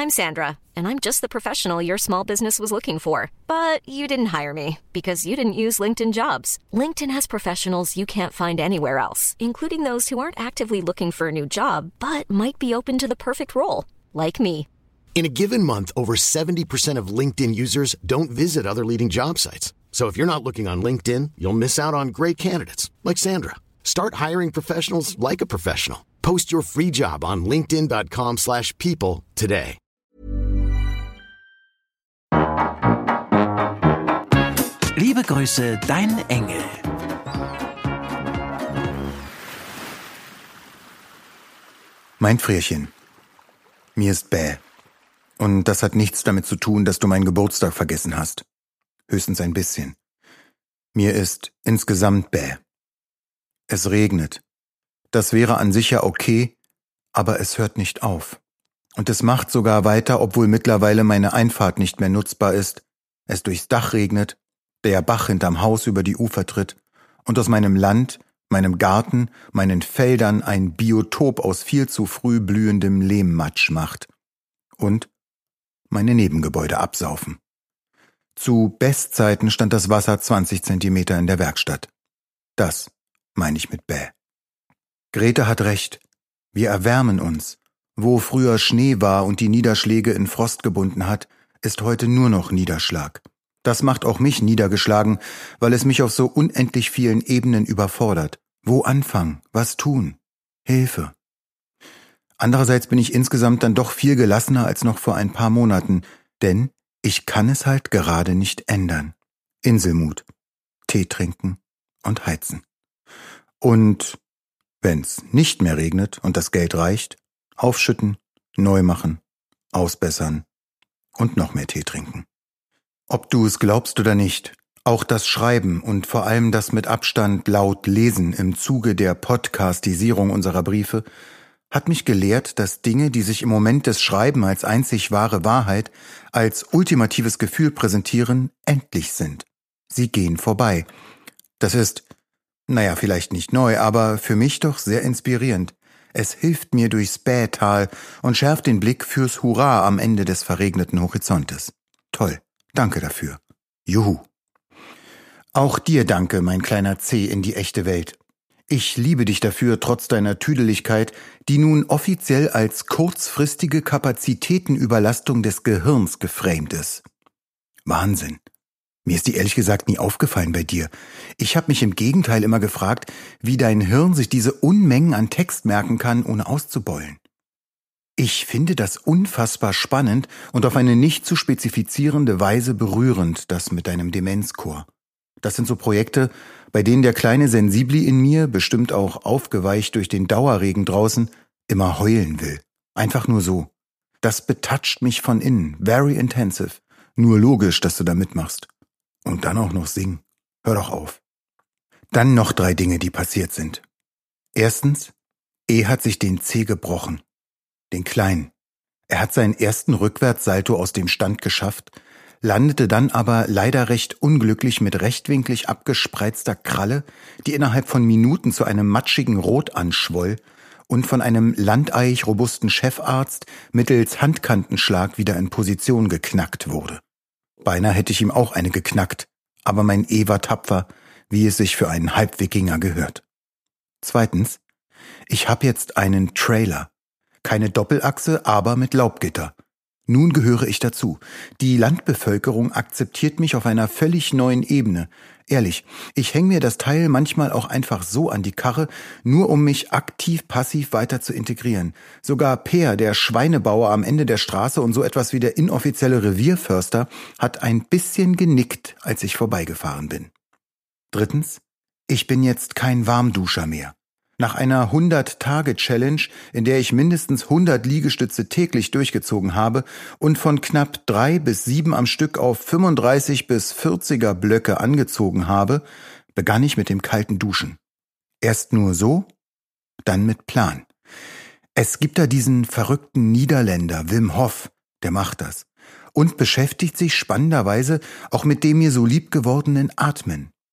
I'm Sandra, and I'm just the professional your small business was looking for. But you didn't hire me because you didn't use LinkedIn Jobs. LinkedIn has professionals you can't find anywhere else, including those who aren't actively looking for a new job, but might be open to the perfect role, like me. In a given month, over 70% of LinkedIn users don't visit other leading job sites. So if you're not looking on LinkedIn, you'll miss out on great candidates like Sandra. Start hiring professionals like a professional. Post your free job on linkedin.com/people today. Liebe Grüße, dein Engel. Mein Frierchen. Mir ist bäh. Und das hat nichts damit zu tun, dass du meinen Geburtstag vergessen hast. Höchstens ein bisschen. Mir ist insgesamt bäh. Es regnet. Das wäre an sich ja okay, aber es hört nicht auf. Und es macht sogar weiter, obwohl mittlerweile meine Einfahrt nicht mehr nutzbar ist, es durchs Dach regnet, der Bach hinterm Haus über die Ufer tritt und aus meinem Land, meinem Garten, meinen Feldern ein Biotop aus viel zu früh blühendem Lehmmatsch macht. Und meine Nebengebäude absaufen. Zu Bestzeiten stand das Wasser 20 Zentimeter in der Werkstatt. Das meine ich mit bäh. Grete hat recht. Wir erwärmen uns. Wo früher Schnee war und die Niederschläge in Frost gebunden hat, ist heute nur noch Niederschlag. Das macht auch mich niedergeschlagen, weil es mich auf so unendlich vielen Ebenen überfordert. Wo anfangen? Was tun? Hilfe. Andererseits bin ich insgesamt dann doch viel gelassener als noch vor ein paar Monaten, denn ich kann es halt gerade nicht ändern. Inselmut. Tee trinken und heizen. Und wenn's nicht mehr regnet und das Geld reicht, aufschütten, neu machen, ausbessern und noch mehr Tee trinken. Ob du es glaubst oder nicht, auch das Schreiben und vor allem das mit Abstand laut Lesen im Zuge der Podcastisierung unserer Briefe hat mich gelehrt, dass Dinge, die sich im Moment des Schreiben als einzig wahre Wahrheit, als ultimatives Gefühl präsentieren, endlich sind. Sie gehen vorbei. Das ist, vielleicht nicht neu, aber für mich doch sehr inspirierend. Es hilft mir durchs Bähtal und schärft den Blick fürs Hurra am Ende des verregneten Horizontes. Toll, danke dafür. Juhu. Auch dir danke, mein kleiner Zeh in die echte Welt. Ich liebe dich dafür, trotz deiner Tüdeligkeit, die nun offiziell als kurzfristige Kapazitätenüberlastung des Gehirns geframed ist. Wahnsinn. Mir ist die ehrlich gesagt nie aufgefallen bei dir. Ich habe mich im Gegenteil immer gefragt, wie dein Hirn sich diese Unmengen an Text merken kann, ohne auszubeulen. Ich finde das unfassbar spannend und auf eine nicht zu spezifizierende Weise berührend, das mit deinem Demenzchor. Das sind so Projekte, bei denen der kleine Sensibli in mir, bestimmt auch aufgeweicht durch den Dauerregen draußen, immer heulen will. Einfach nur so. Das betatscht mich von innen, very intensive. Nur logisch, dass du da mitmachst. Und dann auch noch singen. Hör doch auf. Dann noch 3 Dinge, die passiert sind. Erstens, hat sich den Zeh gebrochen. Den Kleinen. Er hat seinen ersten Rückwärtssalto aus dem Stand geschafft, landete dann aber leider recht unglücklich mit rechtwinklig abgespreizter Kralle, die innerhalb von Minuten zu einem matschigen Rot anschwoll und von einem landeig robusten Chefarzt mittels Handkantenschlag wieder in Position geknackt wurde. Beinahe hätte ich ihm auch eine geknackt, aber mein war tapfer, wie es sich für einen Halbwikinger gehört. Zweitens, ich habe jetzt einen Trailer. Keine Doppelachse, aber mit Laubgitter. Nun gehöre ich dazu. Die Landbevölkerung akzeptiert mich auf einer völlig neuen Ebene. Ehrlich, ich hänge mir das Teil manchmal auch einfach so an die Karre, nur um mich aktiv-passiv weiter zu integrieren. Sogar Peer, der Schweinebauer am Ende der Straße und so etwas wie der inoffizielle Revierförster, hat ein bisschen genickt, als ich vorbeigefahren bin. Drittens, ich bin jetzt kein Warmduscher mehr. Nach einer 100-Tage-Challenge, in der ich mindestens 100 Liegestütze täglich durchgezogen habe und von knapp 3 bis 7 am Stück auf 35 bis 40er Blöcke angezogen habe, begann ich mit dem kalten Duschen. Erst nur so, dann mit Plan. Es gibt da diesen verrückten Niederländer, Wim Hof, der macht das und beschäftigt sich spannenderweise auch mit dem mir so lieb gewordenen Atmen.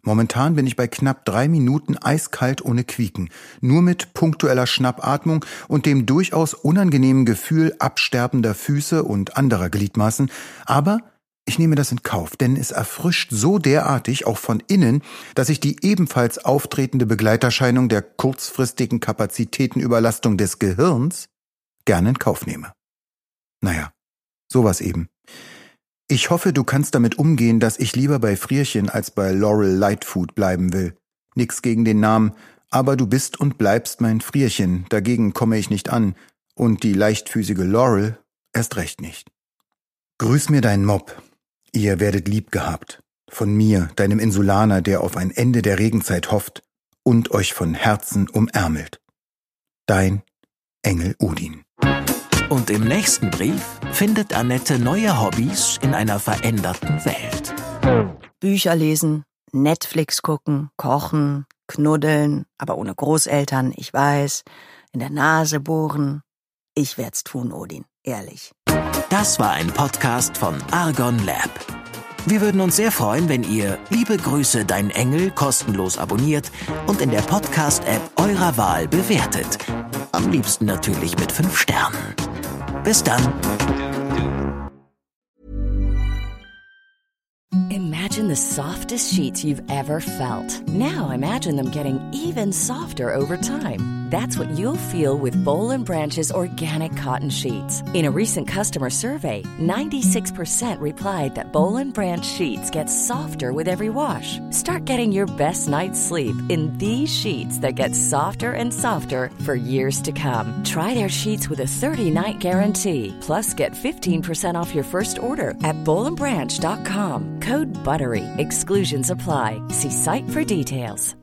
Momentan bin ich bei knapp 3 Minuten eiskalt ohne Quieken, nur mit punktueller Schnappatmung und dem durchaus unangenehmen Gefühl absterbender Füße und anderer Gliedmaßen, aber ich nehme das in Kauf, denn es erfrischt so derartig, auch von innen, dass ich die ebenfalls auftretende Begleiterscheinung der kurzfristigen Kapazitätenüberlastung des Gehirns gerne in Kauf nehme. Naja, sowas eben. Ich hoffe, du kannst damit umgehen, dass ich lieber bei Frierchen als bei Laurel Lightfoot bleiben will. Nix gegen den Namen, aber du bist und bleibst mein Frierchen, dagegen komme ich nicht an, und die leichtfüßige Laurel erst recht nicht. Grüß mir deinen Mob. Ihr werdet lieb gehabt. Von mir, deinem Insulaner, der auf ein Ende der Regenzeit hofft und euch von Herzen umärmelt. Dein Engel Odin. Und im nächsten Brief findet Annette neue Hobbys in einer veränderten Welt. Bücher lesen, Netflix gucken, kochen, knuddeln, aber ohne Großeltern, ich weiß, in der Nase bohren. Ich werd's tun, Odin, ehrlich. Das war ein Podcast von Argon Lab. Wir würden uns sehr freuen, wenn ihr Liebe Grüße, dein Engel kostenlos abonniert und in der Podcast-App eurer Wahl bewertet. Am liebsten natürlich mit 5 Sternen. Bis dann. Imagine the softest sheets you've ever felt. Now imagine them getting even softer over time. That's what you'll feel with Boll & Branch's organic cotton sheets. In a recent customer survey, 96% replied that Boll & Branch sheets get softer with every wash. Start getting your best night's sleep in these sheets that get softer and softer for years to come. Try their sheets with a 30-night guarantee. Plus, get 15% off your first order at bollandbranch.com. Code BUTTERY. Exclusions apply. See site for details.